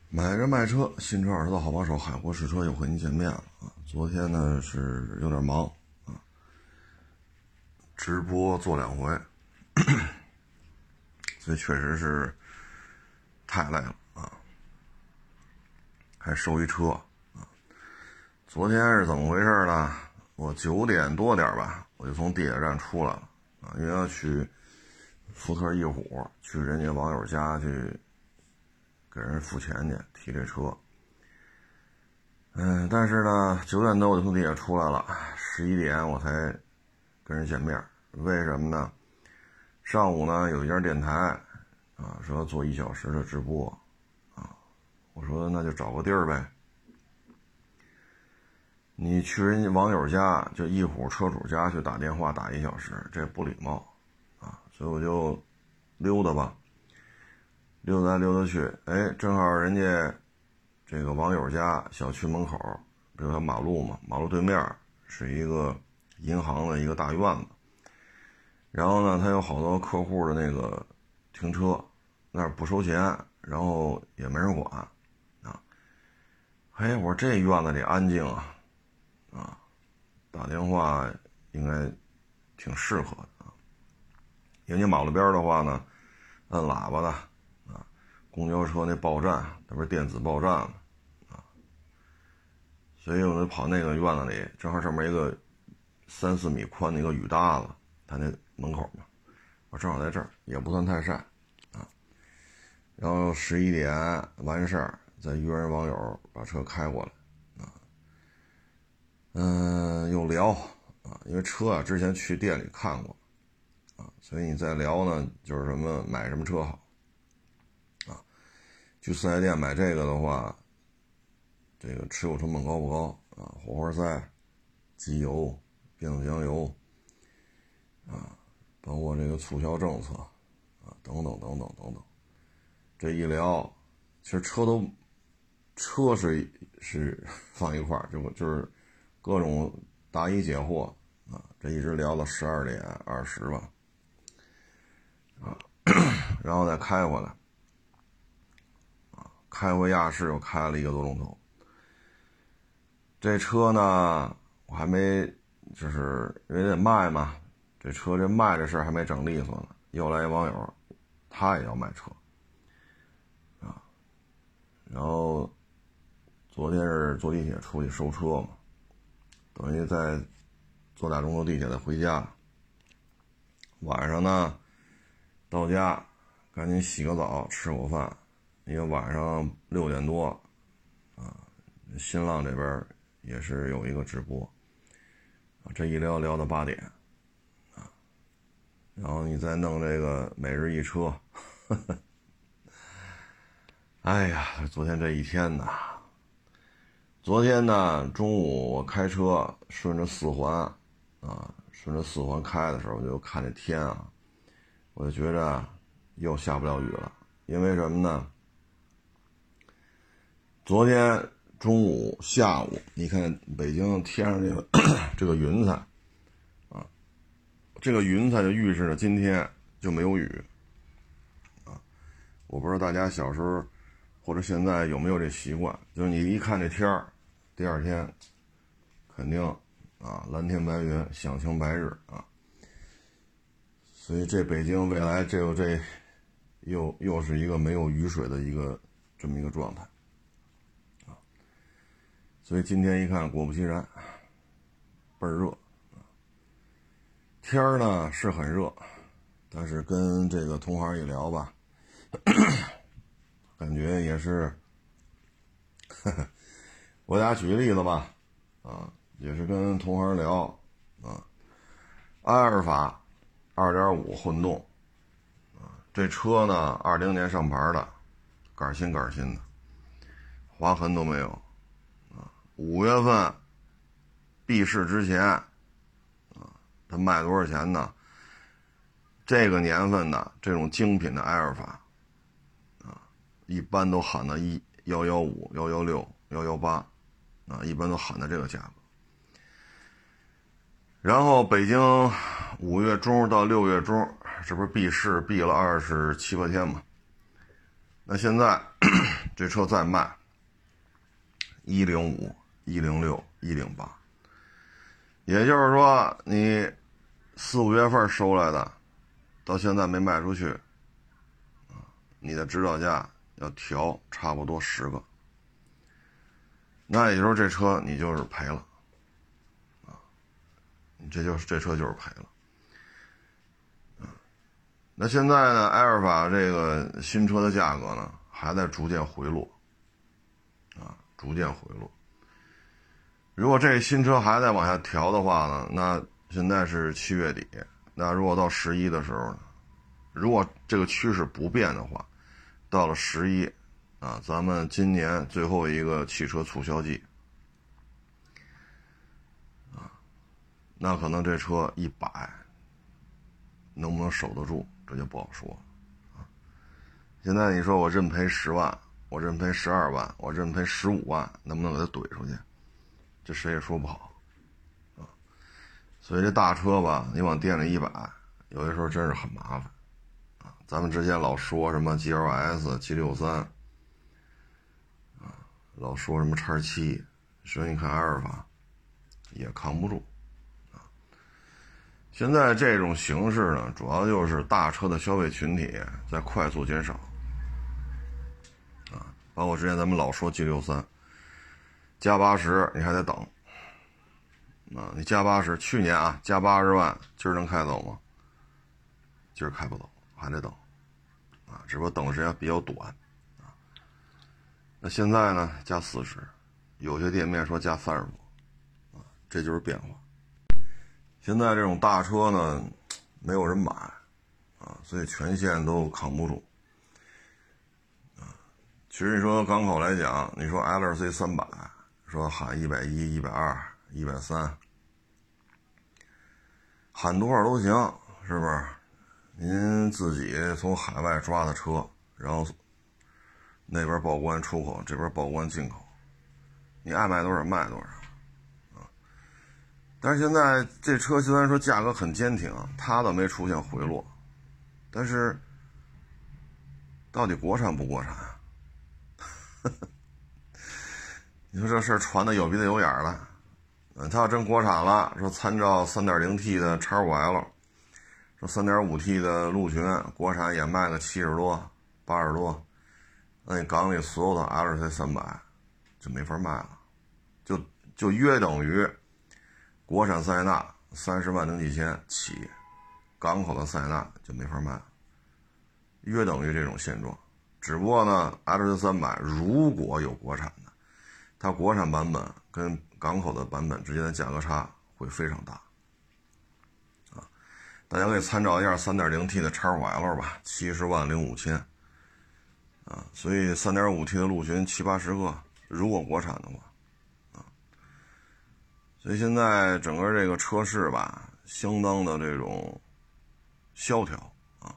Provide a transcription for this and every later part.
买车卖车，新车二手的好帮手，海阔试车又和您见面了啊！昨天呢是有点忙啊，直播做2回，所以确实是太累了啊，还收一车啊。昨天是怎么回事呢？我9点多点吧，我就从地铁站出来了啊，因为要去福特翼虎，去人家网友家去给人付钱去提这车。但是呢9点多我就从地铁出来了，11点我才跟人见面。为什么呢？上午呢有一家电台啊说要做1小时的直播啊，我说那就找个地儿呗。你去人家网友家，就翼虎车主家去打电话打1小时，这不礼貌啊，所以我就溜达吧，溜达来溜达去，正好人家这个网友家小区门口，比如说马路嘛，马路对面是一个银行的一个大院子，然后呢他有好多客户的那个停车，那儿不收钱，然后也没人管啊。我说这院子里安静啊，打电话应该挺适合的啊。因为你马路边的话呢，按喇叭的啊，公交车那报站，那不是电子报站吗？啊，所以我就跑那个院子里，正好上面一个3-4米宽的一个雨搭子，他那门口嘛，我正好在这儿，也不算太晒啊。然后11点完事儿，再约人网友把车开过来啊。又聊啊，因为车啊之前去店里看过啊，所以你再聊呢，就是什么买什么车好啊。去四 S 店买这个的话，这个持有成本高不高啊？火花塞、机油、变速箱油啊，包括这个促销政策啊，等等等等等等。这一聊，其实车是放一块儿，就是各种答疑解惑啊，这一直聊到12点20吧，啊，然后再开回来，啊，开回亚市又开了1个多钟头。这车呢，我还没，就是人得卖嘛，这车这卖这事儿还没整利索呢，又来一网友，他也要卖车，啊，然后昨天是坐地铁出去收车嘛，等于再坐2钟头地铁再回家。晚上呢，到家赶紧洗个澡，吃口饭，因为晚上6点多啊，新浪这边也是有一个直播啊，这一聊到8点啊，然后你再弄这个每日一车，哎呀，昨天这一天呐，昨天呢中午我开车顺着4环啊，顺着4环开的时候，我就看这天啊，我就觉着又下不了雨了。因为什么呢？昨天中午下午你看北京天上这个这个云彩啊，这个云彩就预示着今天就没有雨啊。我不知道大家小时候或者现在有没有这习惯，就是你一看这天儿，第二天肯定啊蓝天白云，响晴白日啊。所以这北京未来又是一个没有雨水的这么一个状态啊。所以今天一看，果不其然，倍儿热啊。天儿呢是很热，但是跟这个同行一聊吧，感觉也是，我俩举个例子吧，啊，也是跟同行聊啊，阿尔法 2.5 混动啊，这车呢20年上牌的，杆新的，划痕都没有啊。5月份闭市之前啊，它卖多少钱呢？这个年份的这种精品的埃尔法啊，一般都喊到115、116、118啊，一般都喊到这个价格。然后北京5月中到6月中，这不是闭市闭了27、8天嘛？那现在这车再卖105、106、108，也就是说你4、5月份收来的，到现在没卖出去，你的指导价要调差不多10个，那也就是说这车你就是赔了啊，这车就是赔了。那现在呢，埃尔法这个新车的价格呢还在逐渐回落啊，逐渐回落。如果这新车还在往下调的话呢，那现在是7月底，那如果到11的时候呢，如果这个趋势不变的话，到了11啊，咱们今年最后一个汽车促销季啊，那可能这车100能不能守得住，这就不好说啊。现在你说我认赔10万，我认赔12万，我认赔15万，能不能给他怼出去？这谁也说不好啊。所以这大车吧，你往店里一摆，有的时候真是很麻烦啊。咱们之前老说什么 GLS、G63 啊，老说什么X7，所以你看阿尔法也扛不住。现在这种形式呢，主要就是大车的消费群体在快速减少啊，包括之前咱们老说 G63加80你还得等啊，你加80去年啊加80万，今儿能开走吗？今儿开不走，还得等啊，只不过等的时间比较短啊。那现在呢加40，有些店面说加30多啊，这就是变化。现在这种大车呢，没有人买啊，所以全线都扛不住啊。其实你说港口来讲，你说 LC 300，说喊110、120、130，喊多少都行，是不是？您自己从海外抓的车，然后那边报关出口，这边报关进口，你爱卖多少卖多少。但是现在这车虽然说价格很坚挺，它倒没出现回落，但是到底国产不国产啊？你说这事儿传的有鼻子有眼了，它要真国产了，说参照 3.0T 的 X5L， 说 3.5T 的陆巡国产也卖个70多80多，那你港里所有的 LC 300就没法卖了，就约等于国产塞纳30万零几千起，港口的塞纳就没法卖了，约等于这种现状。只不过呢 LC300 如果有国产的，它国产版本跟港口的版本之间的价格差会非常大啊！大家可以参照一下 3.0T 的 X5L 吧，70万零5000啊，所以 3.5T 的陆巡70、80个，如果国产的话。所以现在整个这个车市吧，相当的这种萧条啊，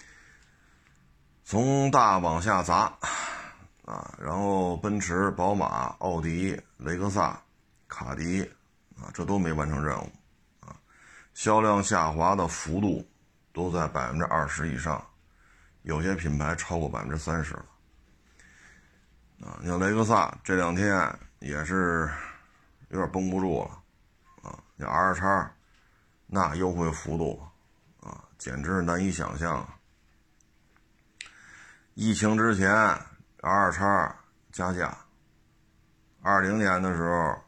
从大往下砸啊，然后奔驰、宝马、奥迪、雷克萨、卡迪啊，这都没完成任务啊，销量下滑的幅度都在20%以上，有些品牌超过30%了啊。你像雷克萨这2天也是有点绷不住了。你 R 那优惠幅度啊，简直是难以想象。疫情之前 R 加价，20年的时候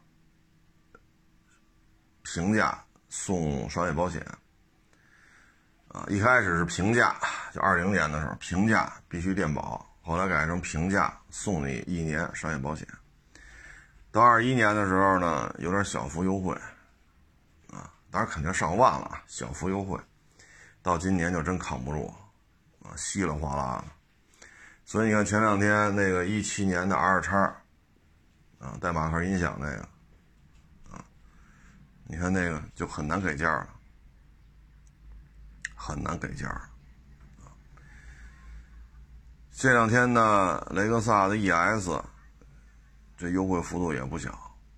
平价送商业保险啊，一开始是平价，就20年的时候平价必须垫保，后来改成平价送你1年商业保险。到21年的时候呢，有点小幅优惠。当然肯定上万了，小幅优惠，到今年就真扛不住啊，稀里哗啦的。所以你看前2天那个17年的 R 啊，带马克音响那个啊，你看那个就很难给价了，很难给价了啊。这2天呢，雷克萨的 ES 这优惠幅度也不小。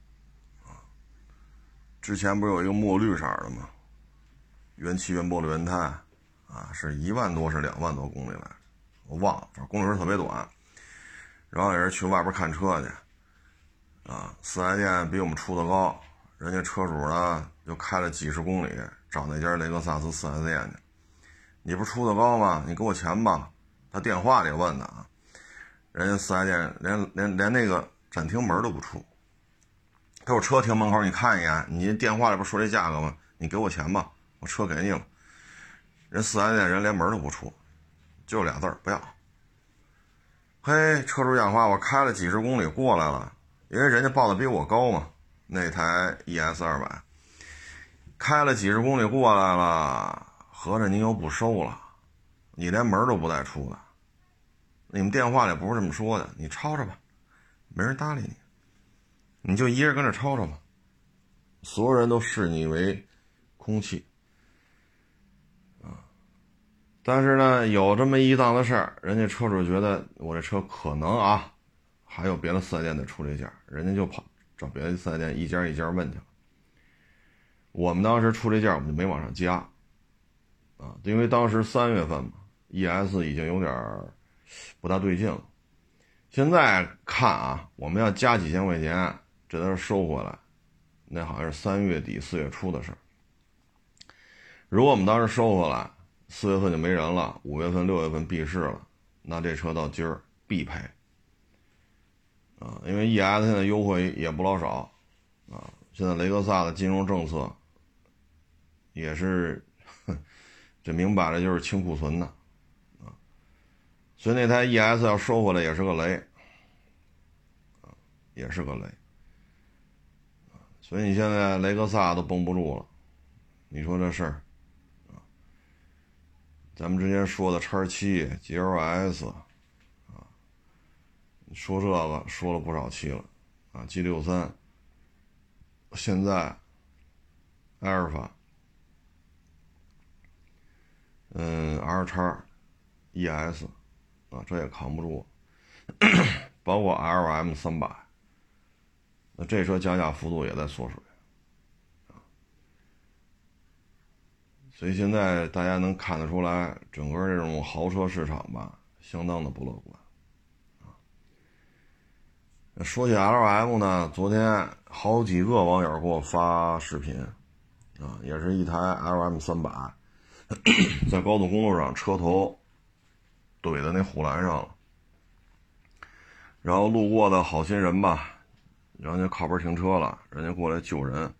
之前不是有一个墨绿色的吗？原漆原玻璃轮胎啊，是1万多是2万多公里来着，我忘了，反正公里数特别短。 然后也是去外边看车去，啊，四 S 店比我们出的高，人家车主呢就开了几十公里找那家雷克萨斯四 S 店去，你不是出的高吗？你给我钱吧。他电话里问的啊，人家四 S 店连那个展厅门都不出，他说车停门口你看一眼，你电话里不说这价格吗？你给我钱吧，我车给你了。人四 S 店人连门都不出，就俩字儿不要。嘿，车主讲话，我开了几十公里过来了，因为人家报的比我高嘛，那台 ES200，开了几十公里过来了，合着您又不收了，你连门都不带出的，你们电话里不是这么说的，你吵吵吧，没人搭理你，你就一人跟这吵吵吧，所有人都视你为空气。但是呢，有这么一档子事儿，人家车主觉得我这车可能啊，还有别的四 S 店得出这价，人家就跑找别的四 S 店一家一家问去了。我们当时出这价，我们就没往上加，啊，因为当时3月份嘛 ，ES 已经有点不大对劲了。现在看啊，我们要加几千块钱，这都是收回来，那好像是3月底4月初的事儿。如果我们当时收回来，4月份就没人了，5月份6月份闭市了，那这车到今儿必赔啊！因为 ES 现在优惠也不老少啊，现在雷克萨的金融政策也是，这明摆着就是清库存的啊，所以那台 ES 要收回来也是个雷啊，也是个雷啊，所以你现在雷克萨都绷不住了，你说这事儿。咱们之前说的 X7、GLS 啊，说这个说了不少期了啊 ，G63，现在阿尔法，R-X、ES 啊，这也扛不住，包括 LM300，那这车降价幅度也在缩水。所以现在大家能看得出来，整个这种豪车市场吧，相当的不乐观啊。说起 LM 呢，昨天好几个网友给我发视频啊，也是一台 LM300，在高速公路上车头怼在那护栏上了，然后路过的好心人吧，然后就靠边停车了，人家过来救人。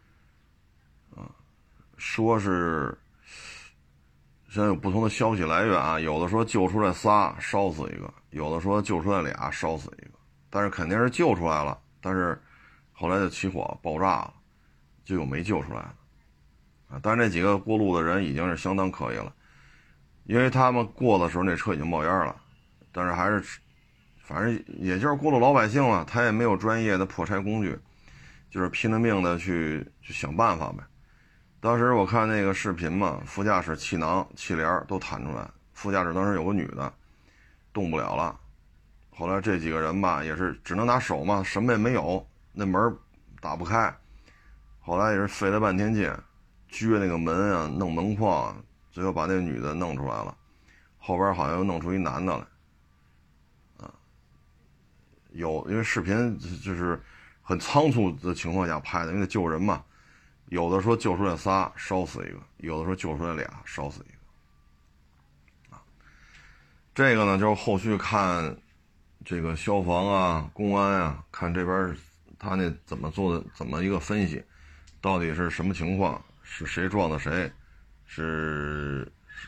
说是现在有不同的消息来源啊，有的说救出来仨烧死一个，有的说救出来俩烧死一个，但是肯定是救出来了，但是后来就起火爆炸了，就有没救出来的啊。但是这几个过路的人已经是相当可以了，因为他们过的时候那车已经冒烟了，但是还是反正也就是过路老百姓了，他也没有专业的破拆工具，就是拼了命的去想办法呗。当时我看那个视频嘛，副驾驶气囊、气帘都弹出来，副驾驶当时有个女的，动不了了。后来这几个人吧，也是只能拿手嘛，什么也没有，那门打不开。后来也是费了半天劲，撅那个门啊，弄门框，最后把那个女的弄出来了。后边好像又弄出一男的来，啊，因为视频就是很仓促的情况下拍的，因为救人嘛。有的说救出来仨烧死一个，有的说救出来俩烧死一个啊。这个呢就是后续看这个消防啊、公安啊，看这边他那怎么做的，怎么一个分析，到底是什么情况，是谁撞的谁，是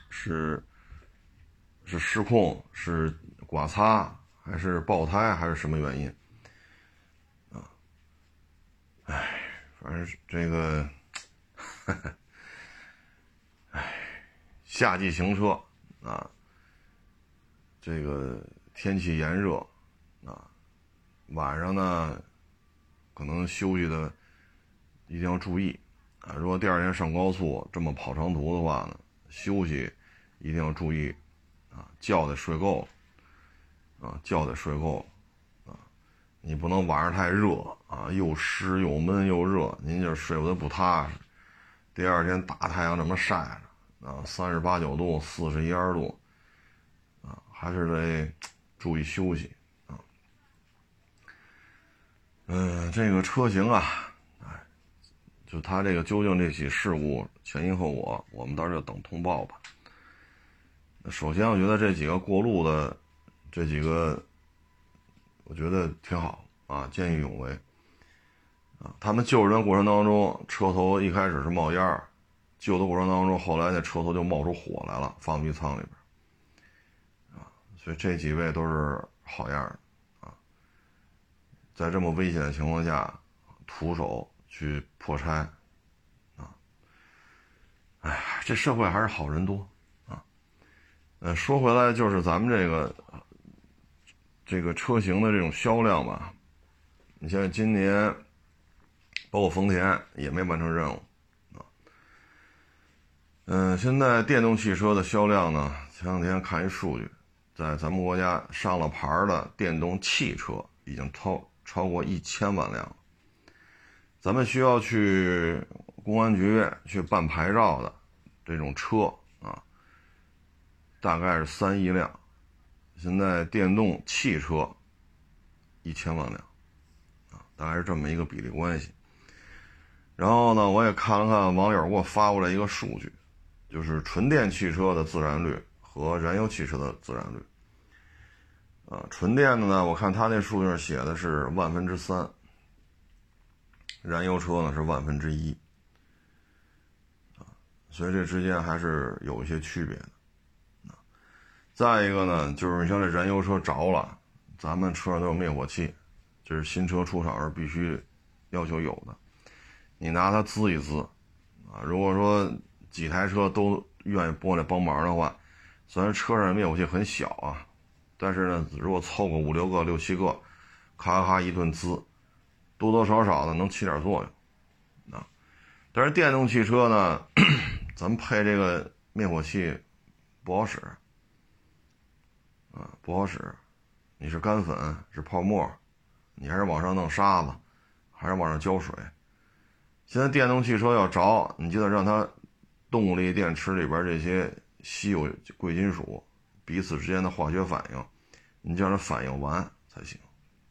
失控，是剐擦，还是爆胎，还是什么原因啊？唉。反正这个，夏季行车啊，这个天气炎热啊，晚上呢，可能休息的一定要注意啊。如果第二天上高速这么跑长途的话呢，休息一定要注意啊，觉得睡够啊，觉得睡够啊，你不能晚上太热啊，又湿又闷又热，您就睡得不踏实。第二天大太阳这么晒着啊，38、9度、41、2度啊，还是得注意休息啊。 这个车型啊，就它这个究竟这起事故前因后果，我们到时候就等通报吧。首先我觉得这几个过路的这几个我觉得挺好啊，见义勇为啊。他们救人的过程当中，车头一开始是冒烟，救的过程当中后来那车头就冒出火来了，发动机舱里边啊，所以这几位都是好样的啊，在这么危险的情况下徒手去破拆啊，哎，这社会还是好人多啊。说回来就是咱们这个车型的这种销量吧，你像今年包括丰田也没完成任务啊。现在电动汽车的销量呢，前两天看一数据，在咱们国家上了牌的电动汽车已经超过1000万辆了。咱们需要去公安局去办牌照的这种车啊，大概是3亿辆。现在电动汽车1000万辆啊，大概是这么一个比例关系。然后呢，我也看了看网友给我发过来一个数据，就是纯电汽车的自燃率和燃油汽车的自燃率啊。纯电的呢，我看他那数据上写的是3%，燃油车呢是1%啊，所以这之间还是有一些区别的。再一个呢，就是你像这燃油车着了，咱们车上都有灭火器，这是新车出厂时必须要求有的。你拿它滋一滋啊，如果说几台车都愿意过来帮忙的话，虽然车上的灭火器很小啊，但是呢，如果凑个5、6个、6、7个，咔咔一顿滋，多多少少的能起点作用啊。但是电动汽车呢，咱们配这个灭火器不好使啊，不好使。你是干粉是泡沫，你还是往上弄沙子，还是往上浇水。现在电动汽车要着，你就得让它动力电池里边这些稀有贵金属彼此之间的化学反应，你就让它反应完才行。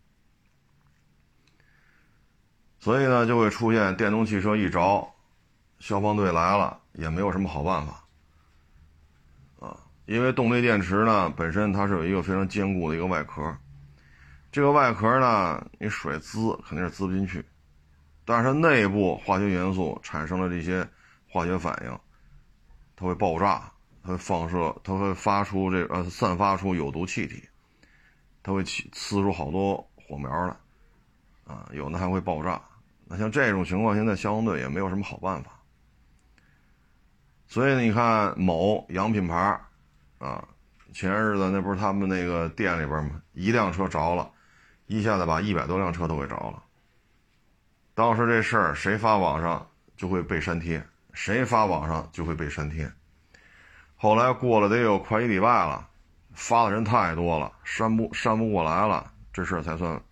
所以呢，就会出现电动汽车一着，消防队来了也没有什么好办法啊。因为动力电池呢本身它是有一个非常坚固的一个外壳，这个外壳呢你水滋肯定是滋不进去，但是它内部化学元素产生了这些化学反应，它会爆炸，它会放射，它会散发出有毒气体，它会呲出好多火苗来啊，有的还会爆炸。那像这种情况，现在消防队也没有什么好办法。所以你看某洋品牌啊，前日子那不是他们那个店里边吗？一辆车着了，一下子把100多辆车都给着了。当时这事儿谁发网上就会被删帖，谁发网上就会被删帖。后来过了得有快1礼拜了，发的人太多了，删不过来了，这事儿才算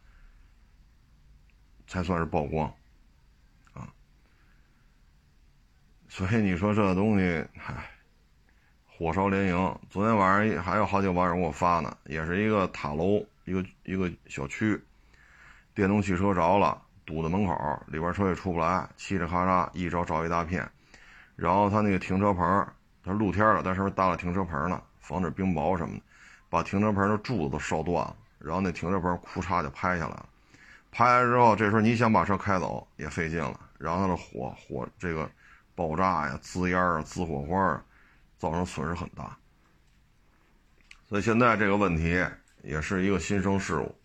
是曝光啊。所以你说这东西，火烧连营。昨天晚上还有好几个网友给我发呢，也是一个塔楼，一个小区，电动汽车着了，堵在门口，里边车也出不来，嘁哩咔嚓一着一大片。然后他那个停车棚，它露天了，但是搭了停车棚呢，防止冰雹什么的，把停车棚的柱子都烧断了，然后那停车棚库嚓就拍下来了。拍下来之后，这时候你想把车开走也费劲了，然后它的火这个爆炸呀、滋烟啊、滋火花啊，造成损失很大。所以现在这个问题也是一个新生事物。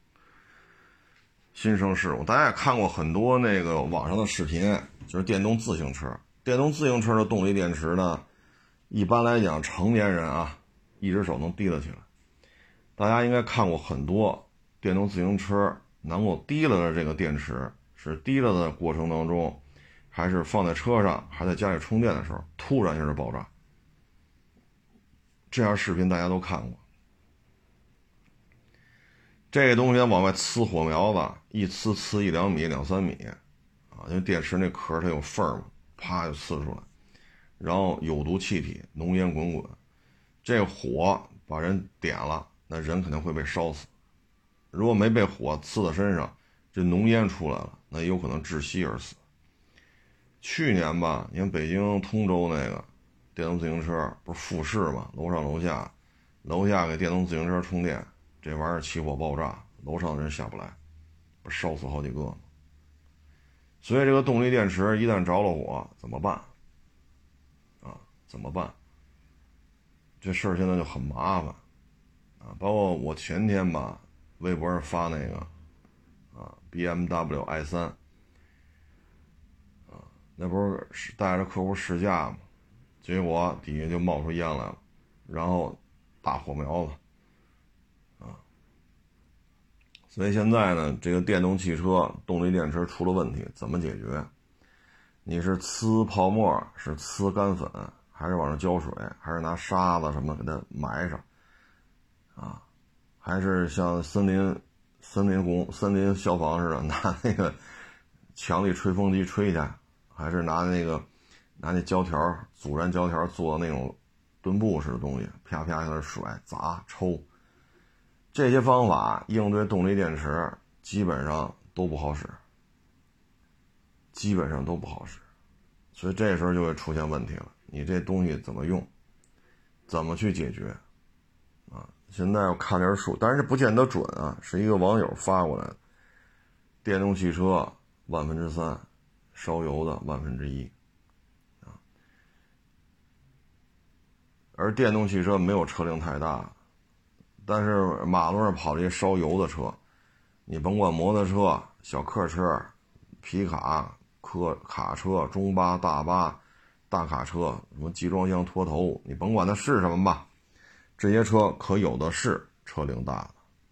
大家也看过很多那个网上的视频，就是电动自行车的动力电池呢，一般来讲成年人啊一只手能提得起来。大家应该看过很多电动自行车能够提了的这个电池，是提了的过程当中，还是放在车上，还在家里充电的时候突然就是爆炸。这样视频大家都看过。这个东西往外呲火苗子，一呲1-2米、2-3米啊，因为电池那壳它有缝嘛，啪就呲出来，然后有毒气体浓烟滚滚，这火把人点了，那人肯定会被烧死。如果没被火呲在身上，这浓烟出来了， 那有可能窒息而死。去年吧，你看北京通州那个电动自行车不是复市嘛，楼上楼下给电动自行车充电，这玩意儿起火爆炸，楼上的人下不来，不是烧死好几个吗？所以这个动力电池一旦着了火怎么办啊？怎么办？这事儿现在就很麻烦啊！包括我前天吧，微博上发那个BMW i3那不是带着客户试驾吗？结果底下就冒出烟来了，然后大火苗子所以现在呢，这个电动汽车动力电池出了问题，怎么解决？你是呲泡沫，是呲干粉，还是往上浇水，还是拿沙子什么给它埋上还是像森林消防似的拿那个强力吹风机吹去，还是拿那胶条阻燃胶条做的那种墩布式的东西，啪啪在那甩砸抽？这些方法应对动力电池基本上都不好使，所以这时候就会出现问题了。你这东西怎么用，怎么去解决现在我看点数，但是不见得准啊，是一个网友发过来的，电动汽车3%，烧油的1%而电动汽车没有车龄太大，但是马路上跑这些烧油的车，你甭管摩托车、小客车、皮卡、卡车、中巴、大巴、大卡车，什么集装箱拖头，你甭管它是什么吧，这些车可有的是车龄大的，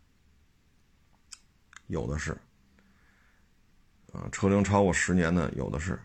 有的是车龄超过10年的有的是。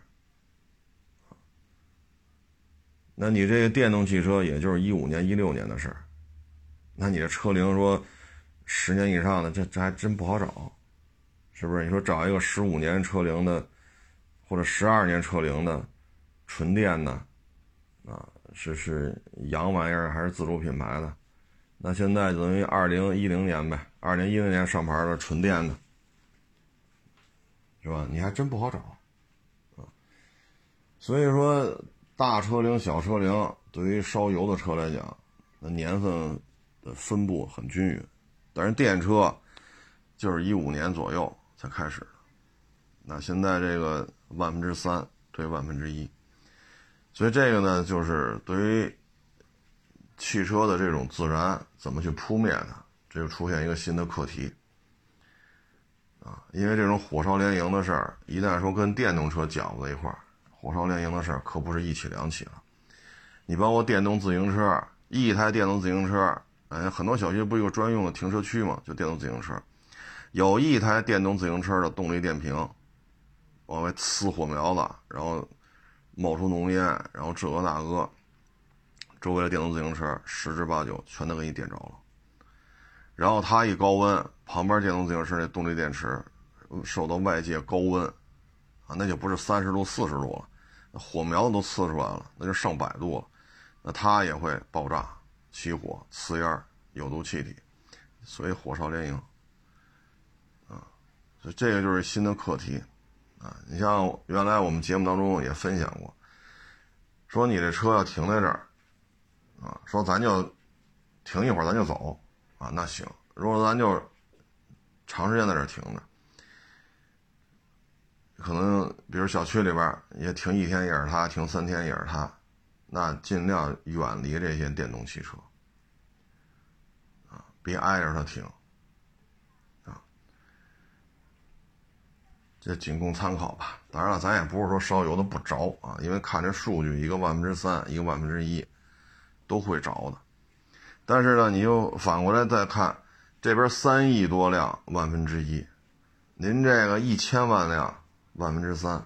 那你这个电动汽车也就是15年、16年的事儿，那你这车龄说10年以上的，这还真不好找，是不是？你说找一个15年车龄的，或者12年车龄的，纯电的，是洋玩意儿还是自主品牌的？那现在等于2010年呗，2010年上牌的纯电的，是吧？你还真不好找所以说大车龄、小车龄对于烧油的车来讲，那年份的分布很均匀，但是电车就是15年左右才开始的。那现在这个3%对1%，所以这个呢，就是对于汽车的这种自燃怎么去扑灭它，这就出现一个新的课题因为这种火烧连营的事儿，一旦说跟电动车搅在一块儿，火烧连营的事儿可不是一起两起了。你包括电动自行车，一台电动自行车，很多小区不有专用的停车区吗？就电动自行车，有一台电动自行车的动力电瓶往外呲火苗子，然后冒出浓烟，然后这个那个，周围的电动自行车10之8九全都给你点着了。然后它一高温，旁边电动自行车那动力电池受到外界高温那就不是30度40度了，火苗子都呲出来了，那就上100度了，那它也会爆炸起火呲烟有毒气体，所以火烧连营所以这个就是新的课题你像原来我们节目当中也分享过，说你这车要停在这儿说咱就停一会儿咱就走那行，如果咱就长时间在这儿停着，可能比如小区里边也停1天也是它，停3天也是它，那尽量远离这些电动汽车别挨着它停这仅供参考吧。当然了，咱也不是说烧油的不着因为看这数据，一个3%，一个1%，都会着的。但是呢，你又反过来再看，这边3亿多辆1%，您这个1000万辆3%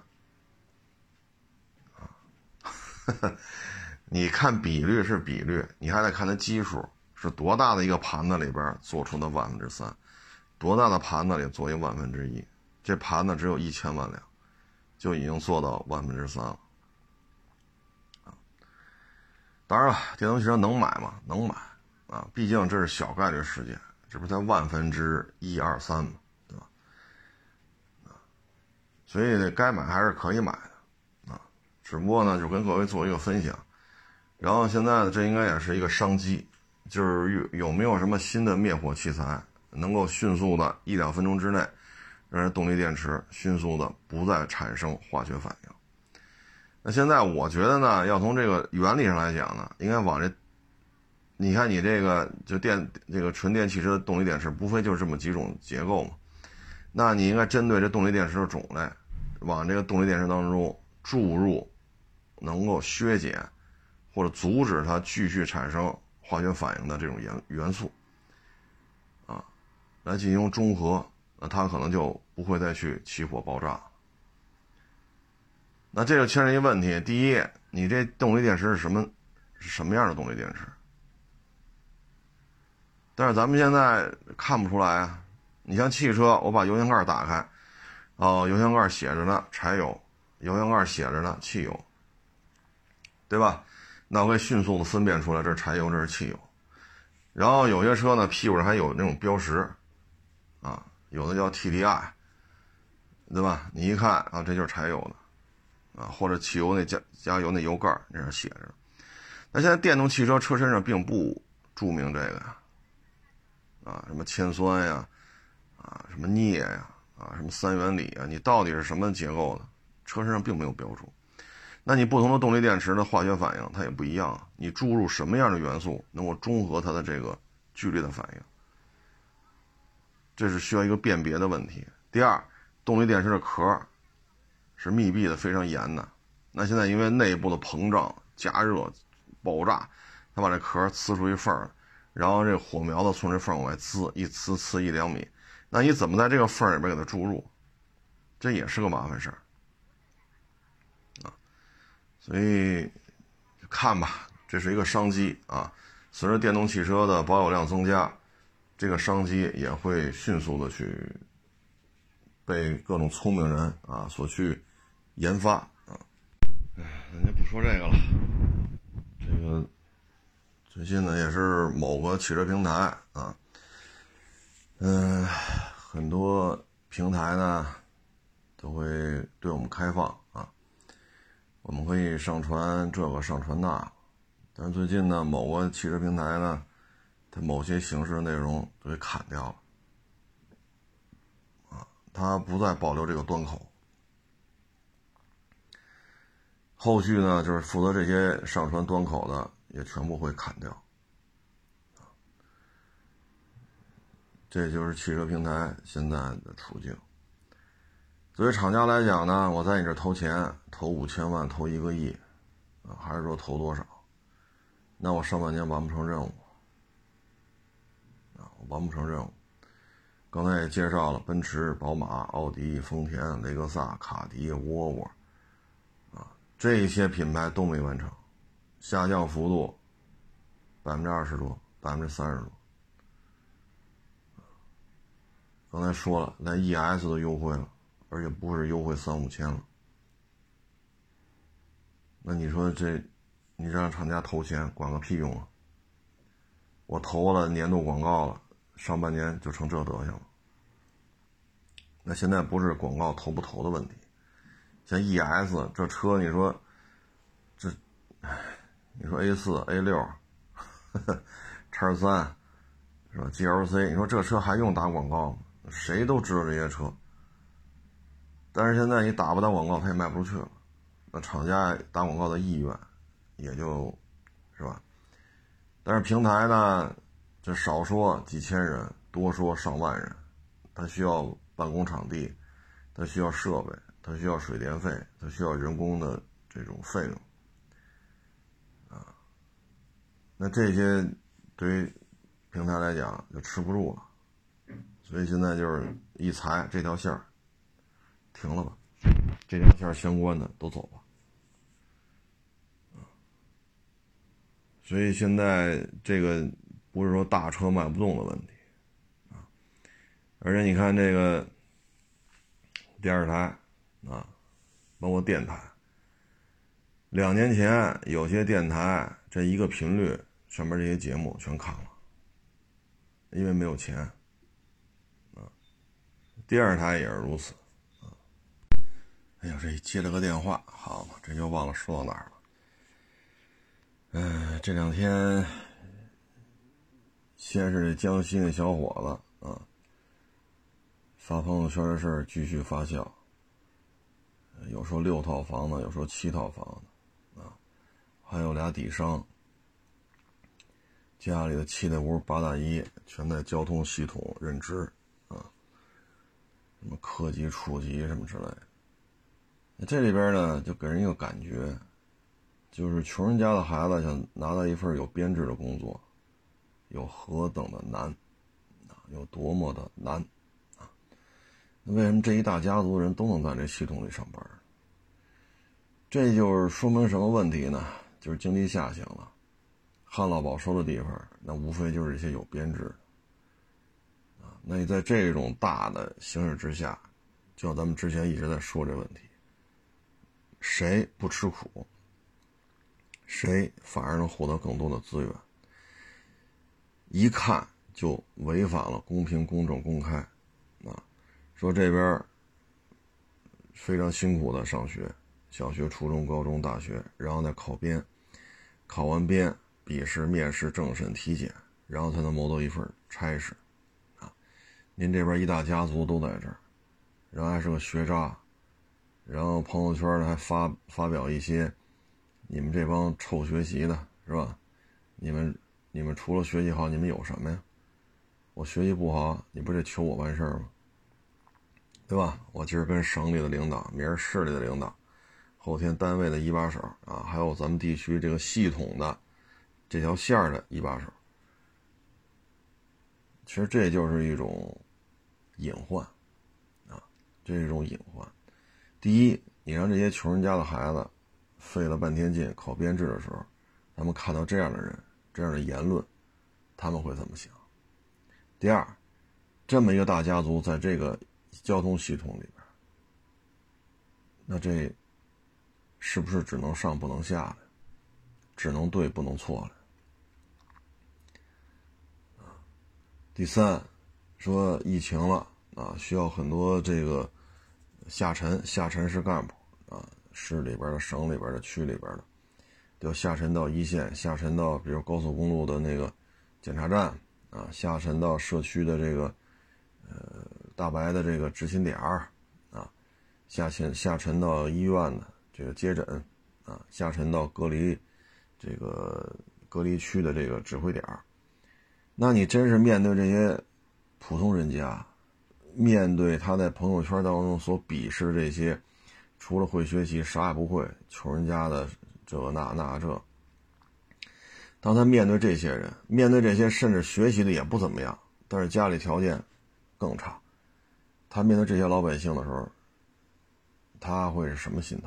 你看比率是比率，你还得看它基数是多大的一个盘子里边做出的3%，多大的盘子里做一1%，这盘子只有1000万辆，就已经做到3%了当然了，电动汽车能买吗？能买毕竟这是小概率事件，这不是才1/1、2、3嘛，对吧？ 所以该买还是可以买的啊，只不过呢就跟各位做一个分享。然后现在呢，这应该也是一个商机，就是有没有什么新的灭火器材能够迅速的1-2分钟之内让动力电池迅速的不再产生化学反应。那现在我觉得呢，要从这个原理上来讲呢，应该往这，你看你这个就这个纯电汽车的动力电池，无非就是这么几种结构嘛。那你应该针对这动力电池的种类，往这个动力电池当中注入能够削减或者阻止它继续产生化学反应的这种元素啊，来进行中和，那它可能就不会再去起火爆炸。那这就牵扯一个问题，第一，你这动力电池是什么样的动力电池？但是咱们现在看不出来啊。你像汽车，我把油箱盖打开，油箱盖写着呢柴油，油箱盖写着呢汽油，对吧？那我可以迅速的分辨出来这是柴油，这是汽油。然后有些车呢屁股上还有那种标识啊，有的叫 TDI， 对吧？你一看啊，这就是柴油的啊，或者汽油那加油那油盖那上写着。那现在电动汽车车身上并不注明这个呀，啊，什么铅酸呀，啊，什么镍呀，啊，什么三元锂啊，你到底是什么结构的？车身上并没有标注。那你不同的动力电池的化学反应它也不一样，你注入什么样的元素能够中和它的这个剧烈的反应，这是需要一个辨别的问题。第二，动力电池的壳是密闭的，非常严的。那现在因为内部的膨胀、加热、爆炸，它把这壳呲出一缝，然后这火苗子从这缝往外呲，一呲1-2米，那你怎么在这个缝里边给它注入？这也是个麻烦事儿啊。所以看吧，这是一个商机啊。随着电动汽车的保有量增加，这个商机也会迅速的去被各种聪明人啊所去研发啊。咱就不说这个了。这个最近呢也是某个汽车平台啊，很多平台呢都会对我们开放啊，我们可以上传这个上传那个。但是最近呢，某个汽车平台呢，它某些形式的内容都给砍掉了啊，它不再保留这个端口。后续呢，就是负责这些上传端口的也全部会砍掉。这就是汽车平台现在的处境。作为厂家来讲呢，我在你这投钱，投5000万，投1个亿啊，还是说投多少？那我上半年完不成任务啊，我完不成任务。刚才也介绍了奔驰、宝马、奥迪、丰田、雷克萨、卡迪、沃尔沃啊，这些品牌都没完成，下降幅度20%多，30%多。刚才说了，连 ES 都优惠了，而且不是优惠3-5千了。那你说这，你让厂家投钱管个屁用啊！我投了年度广告了，上半年就成这德行了。那现在不是广告投不投的问题，像 ES 这车，你说这，你说 A4、A6、X3 是吧 ？GLC， 你说这车还用打广告吗？谁都知道这些车，但是现在你打不打广告，它也卖不出去了。那厂家打广告的意愿也就是吧。但是平台呢，这少说几千人，多说上万人，他需要办公场地，他需要设备，他需要水电费，他需要人工的这种费用啊。那这些对于平台来讲就吃不住了，所以现在就是一裁这条线停了吧，这条线相关的都走吧。所以现在这个不是说大车卖不动的问题啊，而且你看这个电视台啊，包括电台，2年前有些电台这一个频率上面这些节目全砍了，因为没有钱啊。电视台也是如此啊。 哎呀，这一接了个电话，好嘛，这就忘了说到哪儿了。这两天先是江西那小伙子啊，发朋友圈的事儿继续发酵，有说6套房的，有说7套房的啊，还有俩底商，家里的7大屋8大姨全在交通系统任职啊，什么科级、处级什么之类的。这里边呢，就给人一个感觉，就是穷人家的孩子想拿到一份有编制的工作，有何等的难啊，有多么的难啊！为什么这一大家族人都能在这系统里上班？这就是说明什么问题呢？就是经济下行了，旱涝保收的地方，那无非就是这些有编制啊。那你在这种大的形势之下，就像咱们之前一直在说这问题，谁不吃苦，谁反而能获得更多的资源，一看就违反了公平、公正、公开啊！说这边非常辛苦的上学，小学、初中、高中、大学，然后再考编，考完编，笔试、面试、政审、体检，然后才能谋得一份差事啊！您这边一大家族都在这儿，然后还是个学渣，然后朋友圈还发表一些你们这帮臭学习的是吧？你们除了学习好，你们有什么呀？我学习不好，你不得求我完事儿吗？对吧？我今儿跟省里的领导，明儿市里的领导，后天单位的一把手啊，还有咱们地区这个系统的这条线的一把手。其实这就是一种隐患啊，这是一种隐患。第一，你让这些穷人家的孩子费了半天劲考编制的时候，他们看到这样的人、这样的言论，他们会怎么想？第二，这么一个大家族在这个交通系统里边，那这是不是只能上不能下了，只能对不能错了？第三，说疫情了啊，需要很多这个下沉式干部啊，市里边的、省里边的、区里边的，都要下沉到一线，下沉到比如高速公路的那个检查站啊，下沉到社区的这个大白的这个执勤点啊，下沉到医院的这个接诊啊，下沉到隔离区的这个指挥点。那你真是面对这些普通人家，面对他在朋友圈当中所鄙视这些除了会学习啥也不会穷人家的这这，当他面对这些人，面对这些甚至学习的也不怎么样，但是家里条件更差，他面对这些老百姓的时候，他会是什么心态？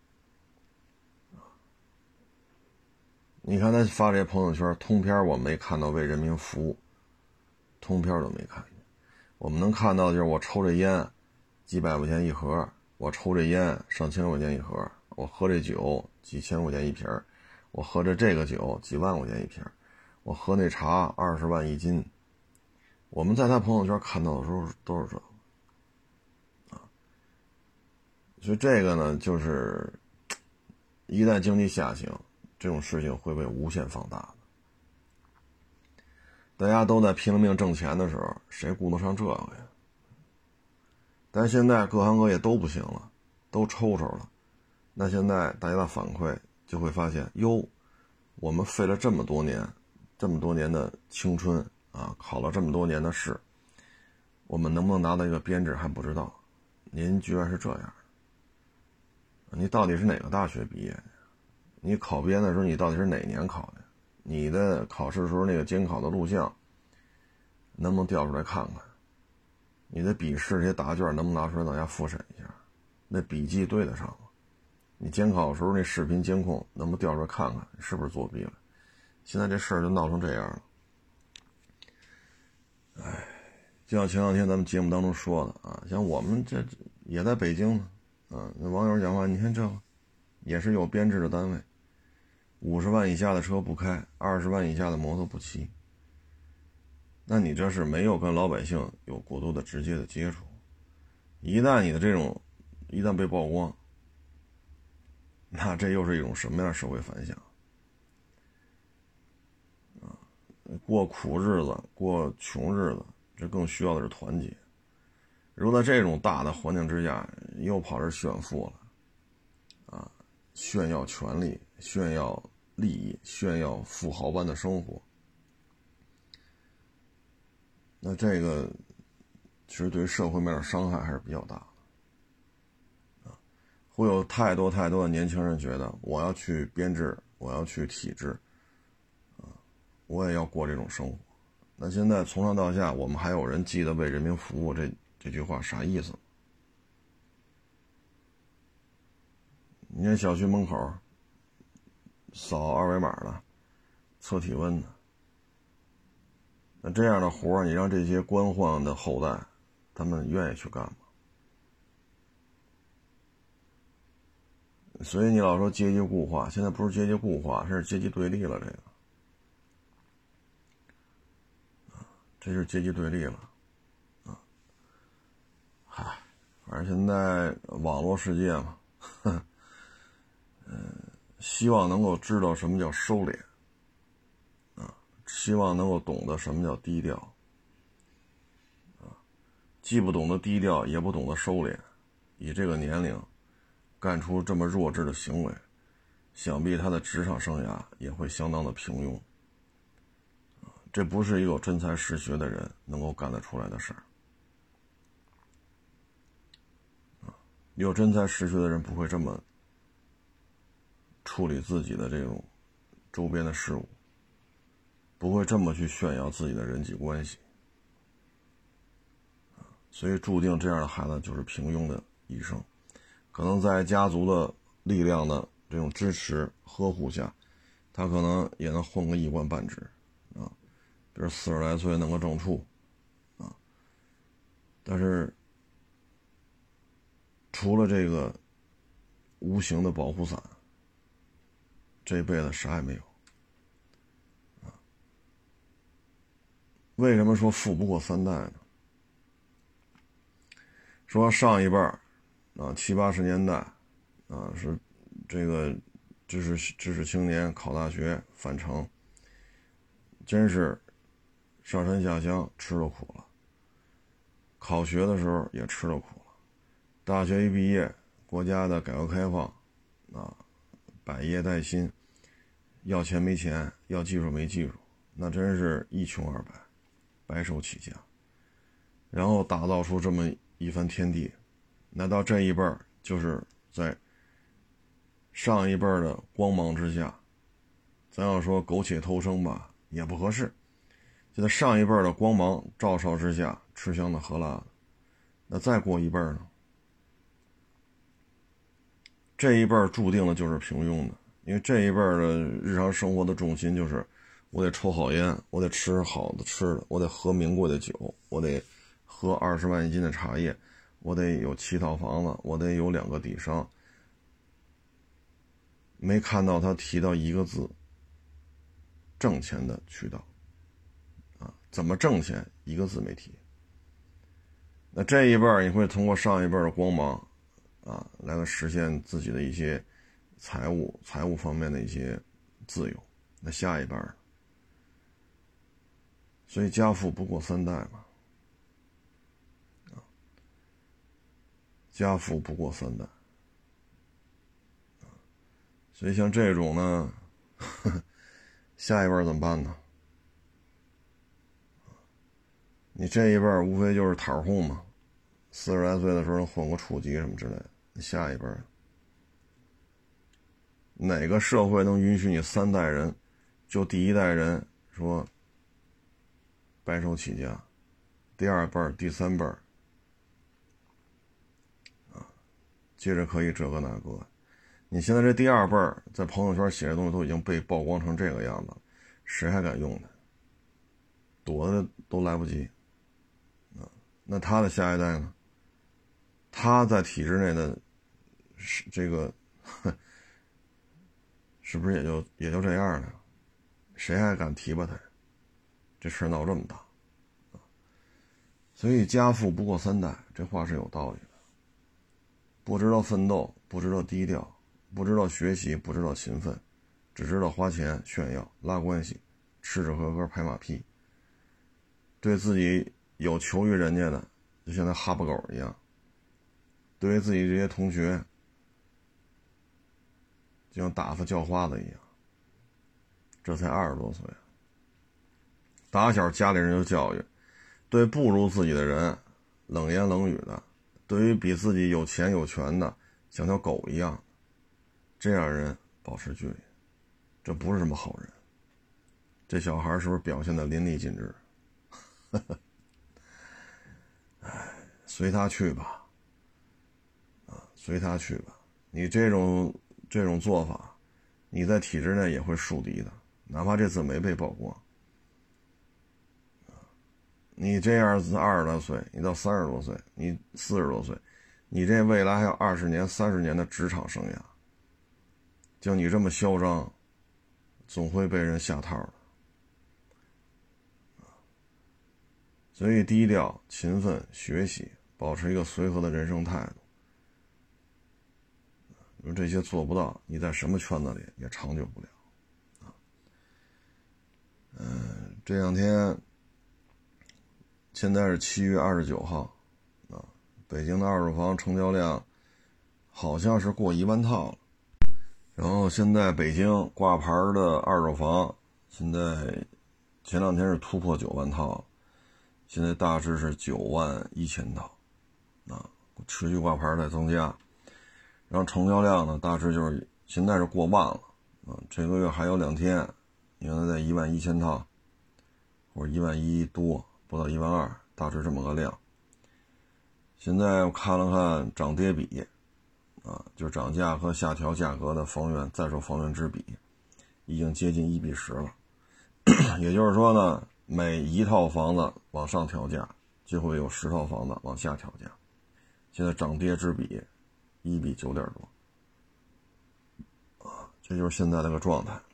你看他发这些朋友圈，通篇我没看到为人民服务，通篇都没看见。我们能看到就是我抽这烟几百块钱一盒，我抽这烟上千块钱一盒，我喝这酒几千块钱一瓶，我喝着这个酒几万块钱一瓶，我喝那茶20万一斤。我们在他朋友圈看到的时候都是这啊，所以这个呢，就是一旦经济下行，这种事情会被无限放大的。大家都在拼了命挣钱的时候，谁顾得上这个呀？但现在各行各业都不行了，都抽了，那现在大家的反馈就会发现，哟，我们费了这么多年的青春啊，考了这么多年的试，我们能不能拿到一个编制还不知道，您居然是这样，你到底是哪个大学毕业的？你考编的时候你到底是哪年考的？你的考试的时候那个监考的录像能不能调出来看看？你的笔试这些答卷能不能拿出来大家复审一下？那笔记对得上吗？你监考的时候那视频监控能不能调出来看看是不是作弊了？现在这事儿就闹成这样了。就像前两天咱们节目当中说的啊，像我们这也在北京呢啊，那网友讲话，你看这也是有编制的单位，50万以下的车不开，20万以下的摩托不骑。那你这是没有跟老百姓有过多的直接的接触，一旦你的这种一旦被曝光那这又是一种什么样的社会反响？过苦日子，过穷日子，这更需要的是团结。如果在这种大的环境之下，又跑这炫富了，炫耀权利，炫耀利益，炫耀富豪般的生活，那这个其实对社会面的伤害还是比较大的。会有太多太多的年轻人觉得，我要去编制，我要去体制，我也要过这种生活。那现在从上到下，我们还有人记得为人民服务这句话啥意思？你看小区门口扫二维码的，测体温的，那这样的活儿，你让这些官宦的后代，他们愿意去干吗？所以你老说阶级固化，现在不是阶级固化，这是阶级对立了。这是阶级对立了嗨，反正现在网络世界嘛，希望能够知道什么叫收敛希望能够懂得什么叫低调既不懂得低调，也不懂得收敛，以这个年龄干出这么弱智的行为，想必他的职场生涯也会相当的平庸。这不是一个有真才实学的人能够干得出来的事儿。有真才实学的人不会这么处理自己的这种周边的事物，不会这么去炫耀自己的人际关系。所以注定这样的孩子就是平庸的一生。可能在家族的力量的这种支持呵护下，他可能也能混个一官半职比如40来岁弄个正处但是除了这个无形的保护伞，这辈子啥也没有为什么说富不过三代呢？说上一辈70、80年代是这个知识青年考大学返程，真是上山下乡吃了苦了，考学的时候也吃了苦了，大学一毕业，国家的改革开放百业待兴，要钱没钱，要技术没技术，那真是一穷二白，白手起家，然后打造出这么一番天地。那到这一辈儿，就是在上一辈儿的光芒之下，咱要说苟且偷生吧也不合适，就在上一辈儿的光芒照射之下吃香的喝辣的。那再过一辈儿呢，这一辈儿注定了就是平庸的。因为这一辈儿的日常生活的重心就是我得抽好烟，我得吃好的吃的，我得喝名贵的酒，我得喝20万一斤的茶叶，我得有7套房子，我得有2个底商。没看到他提到一个字挣钱的渠道怎么挣钱一个字没提。那这一辈儿你会通过上一辈儿的光芒来实现自己的一些财务方面的一些自由。那下一辈儿，所以家富不过三代嘛，家富不过三代。所以像这种呢，下一辈儿怎么办呢？你这一辈儿无非就是袒护嘛，40来岁的时候混个处级什么之类的。你下一辈儿，哪个社会能允许你3代人，就第一代人说白手起家，第2辈儿、第3辈儿接着可以这个那个。你现在这第2辈儿在朋友圈写的东西都已经被曝光成这个样子了，谁还敢用呢？躲的都来不及那他的下一代呢？他在体制内的这个是不是也就这样呢？谁还敢提拔他？这事闹这么大所以家富不过三代，这话是有道理的。不知道奋斗，不知道低调， 不知道学习，不知道勤奋，只知道花钱炫耀拉关系，吃吃喝喝拍马屁，对自己有求于人家的就像那哈巴狗一样，对于自己这些同学就像打发叫花子一样。这才20多岁，打小家里人就教育，对不如自己的人冷言冷语的，对于比自己有钱有权的像条狗一样，这样人保持距离，这不是什么好人。这小孩是不是表现得淋漓尽致？随他去吧，随他去吧。你这种做法，你在体制内也会树敌的，哪怕这次没被曝光。你这样子20多岁，你到30多岁，你40多岁，你这未来还有20年、30年的职场生涯，就你这么嚣张，总会被人下套的。所以低调、勤奋、学习，保持一个随和的人生态度。如果这些做不到，你在什么圈子里也长久不了。这两天，现在是7月29号，北京的二手房成交量好像是过1万套了。然后现在北京挂牌的二手房，现在前两天是突破9万套，现在大致是9万1千套，持续挂牌在增加。然后成交量呢，大致就是现在是过万了，这个月还有2天，应该在1万1千套，或者1万1多，不到1万2，大致这么个量。现在我看了看涨跌比，就涨价和下调价格的房源在售房源之比，已经接近1:10了。也就是说呢，每1套房子往上调价，就会有10套房子往下调价。现在涨跌之比1:9点多，这就是现在这个状态。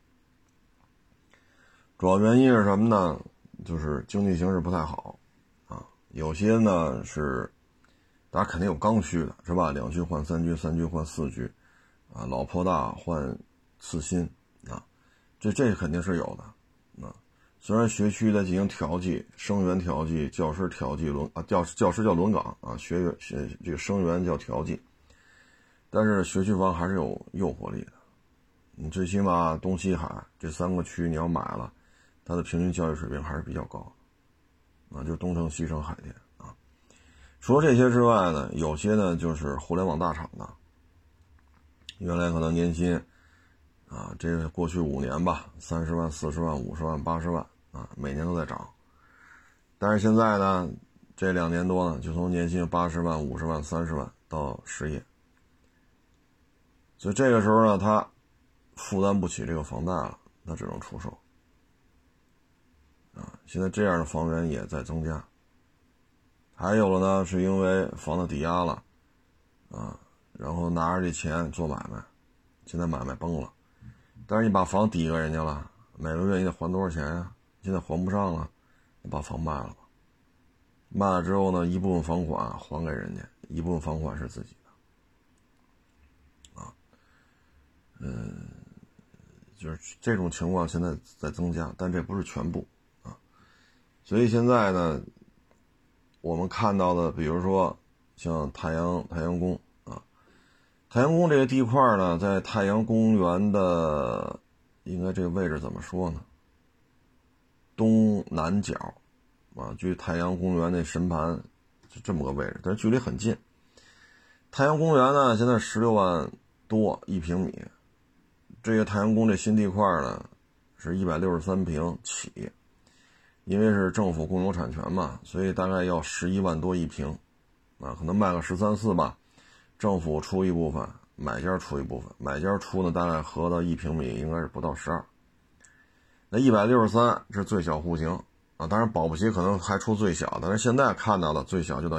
主要原因是什么呢？就是经济形势不太好有些呢是大家肯定有刚需的，是吧？2居换3居，3居换4居老破大换次新这肯定是有的虽然学区在进行调剂，生源调剂，教师调剂教师叫轮岗这个生源叫调剂，但是学区房还是有诱惑力的。你最起码东西海这3个区你要买了，它的平均教育水平还是比较高就是东城、西城、海淀除了这些之外呢，有些呢就是互联网大厂的，原来可能年薪这个过去5年吧，30万、40万、50万、80万每年都在涨。但是现在呢，这2年多呢，就从年薪80万、50万、30万到失业。所以这个时候呢，他负担不起这个房贷了，他只能出售现在这样的房源也在增加。还有了呢，是因为房子抵押了然后拿着这钱做买卖，现在买卖崩了。但是你把房抵给人家了，每个月你得还多少钱呀？现在还不上了，你把房卖了吧。卖了之后呢，一部分房款还给人家，一部分房款是自己的就是这种情况现在在增加，但这不是全部所以现在呢，我们看到的，比如说像太阳宫太阳宫这个地块呢，在太阳公园的应该这个位置怎么说呢？东南角距太阳公园那神盘是这么个位置，但是距离很近。太阳公园呢，现在16万多1平米，这个太阳宫这新地块呢是163平起，因为是政府共有产权嘛，所以大概要11万多1平可能卖个13、14吧，政府出一部分，买家出一部分，买家出呢大概合到1平米应该是不到12。那163是最小户型当然保不齐可能还出最小，但是现在看到的最小就到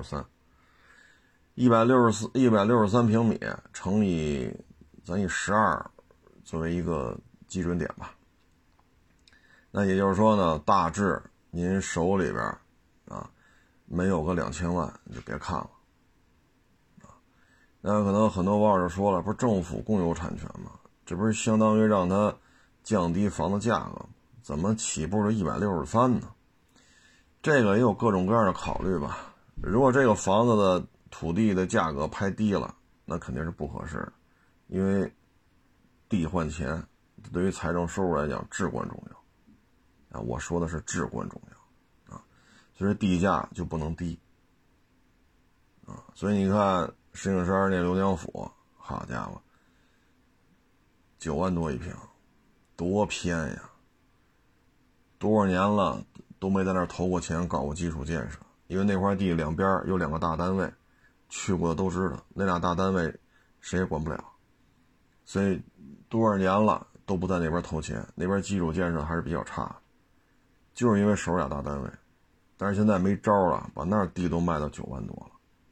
163。163平米乘以咱以12作为一个基准点吧。那也就是说呢，大致您手里边没有个2000万你就别看了那可能很多网友就说了，不是政府共有产权吗？这不是相当于让它降低房子价格吗？怎么起步就163呢？这个也有各种各样的考虑吧。如果这个房子的土地的价格拍低了，那肯定是不合适的，因为地换钱对于财政收入来讲至关重要啊！我说的是至关重要啊，所以地价就不能低啊。所以你看石景山那刘江府，好家伙，9万多一平，多偏呀！多少年了都没在那儿投过钱搞过基础建设，因为那块地两边有2个大单位，去过的都知道，那俩大单位谁也管不了，所以多少年了都不在那边投钱，那边基础建设还是比较差，就是因为手俩大单位。但是现在没招了，把那儿地都卖到9万多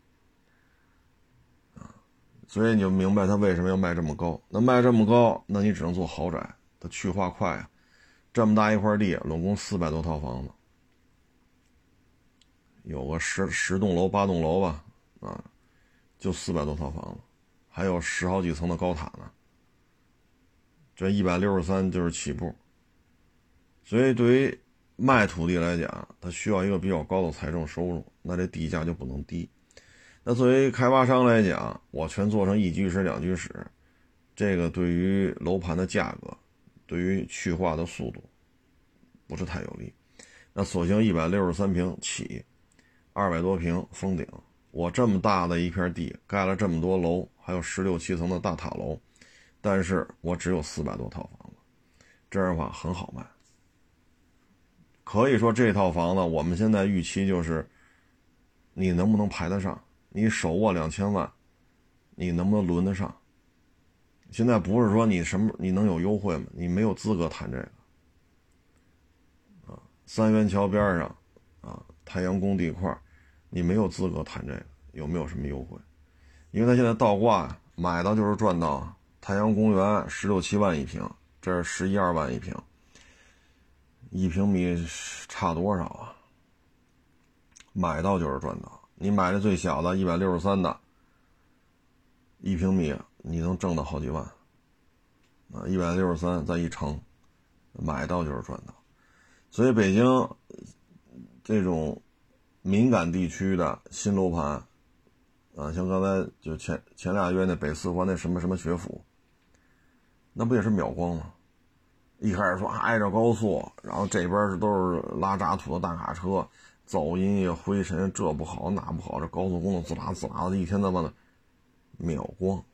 了所以你就明白他为什么要卖这么高。那卖这么高，那你只能做豪宅，它去化快啊。这么大一块地，拢共400多套房子，有个10栋楼8栋楼吧，啊，就400多套房子，还有10好几层的高塔呢。这163就是起步，所以对于卖土地来讲，它需要一个比较高的财政收入，那这地价就不能低。那作为开发商来讲，我全做成1居室2居室，这个对于楼盘的价格，对于去化的速度不是太有利。那索性163平起，200多平封顶，我这么大的一片地盖了这么多楼，还有16、17层的大塔楼，但是我只有400多套房子，这样的话很好卖。可以说这套房子我们现在预期就是你能不能排得上，你手握2000万你能不能轮得上。现在不是说你能有优惠吗？你没有资格谈这个啊。三元桥边上啊，太阳宫地块，你没有资格谈这个，有没有什么优惠？因为他现在倒挂买到就是赚到。太阳公园16、17万一平，这是11、2万一平，1平米差多少啊？买到就是赚到。你买的最小的163的1平米，你能挣到好几万啊！163再一乘，买到就是赚到。所以北京这种敏感地区的新楼盘啊，像刚才就前俩月那北四环那什么什么学府，那不也是秒光吗？一开始说挨着高速，然后这边都是拉渣土的大卡车，噪音也灰尘，这不好那不好，这高速公路滋啦滋啦的，一天到晚的秒光，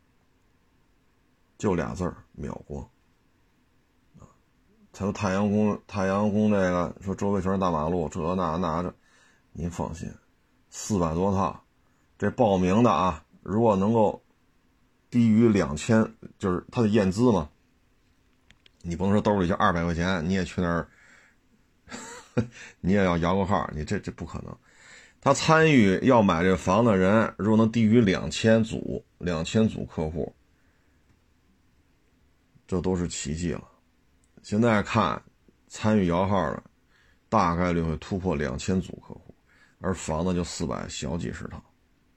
就俩字儿秒光啊！才有太阳宫这个说周围全是大马路，这这，您放心，400多套，这报名的啊，如果能够低于2000，就是他的验资嘛。你不能说兜里就200块钱，你也去那儿，你也要摇个号，你这不可能。他参与要买这房的人，如果能低于2000组客户，这都是奇迹了。现在看参与摇号的，大概率会突破2000组客户，而房子就400小几十套。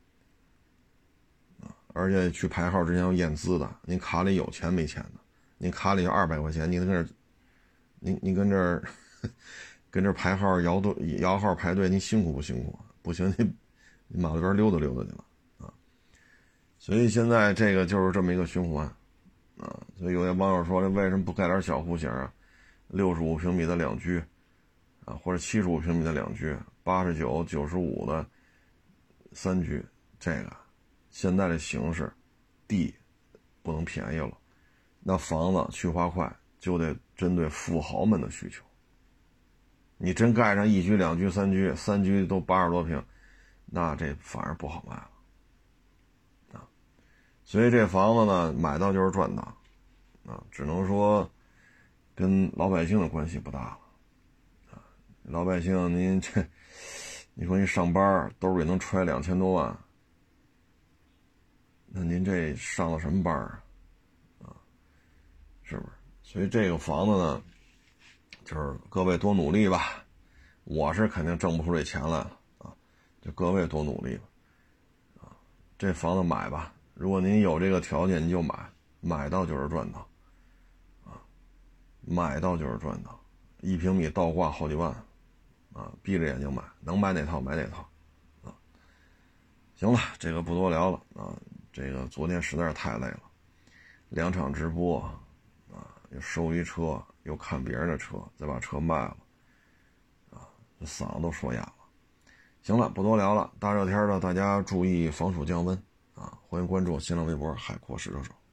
而且去排号之前要验资的，您卡里有钱没钱的？您卡里有200块钱，你跟这儿，你跟这儿跟这儿排号摇号排队，你辛苦不辛苦？不行，你马路边溜达溜达去了啊！所以现在这个就是这么一个循环啊。所以有些网友说，为什么不盖点小户型啊？65平米的2居啊，或者75平米的2居，89、95的3居，这个现在的形势，地不能便宜了。那房子去化快就得针对富豪们的需求。你真盖上1居、2居、3居都80多平，那这反而不好卖了啊。所以这房子呢，买到就是赚到啊，只能说跟老百姓的关系不大了啊。老百姓你说你上班兜里能揣2000多万，那您这上了什么班啊？是不是？所以这个房子呢，就是各位多努力吧。我是肯定挣不出这钱来了啊，就各位多努力吧。啊，这房子买吧， 如果您有这个条件，您就买，买到就是赚到，买到就是赚到，1平米倒挂好几万，闭着眼睛买，能买哪套买哪套，行了，这个不多聊了这个昨天实在是太累了，2场直播又收一车，又看别人的车，再把车卖了，这嗓子都说哑了。行了，不多聊了，大热天的大家注意防暑降温欢迎关注新浪微博海阔试车手。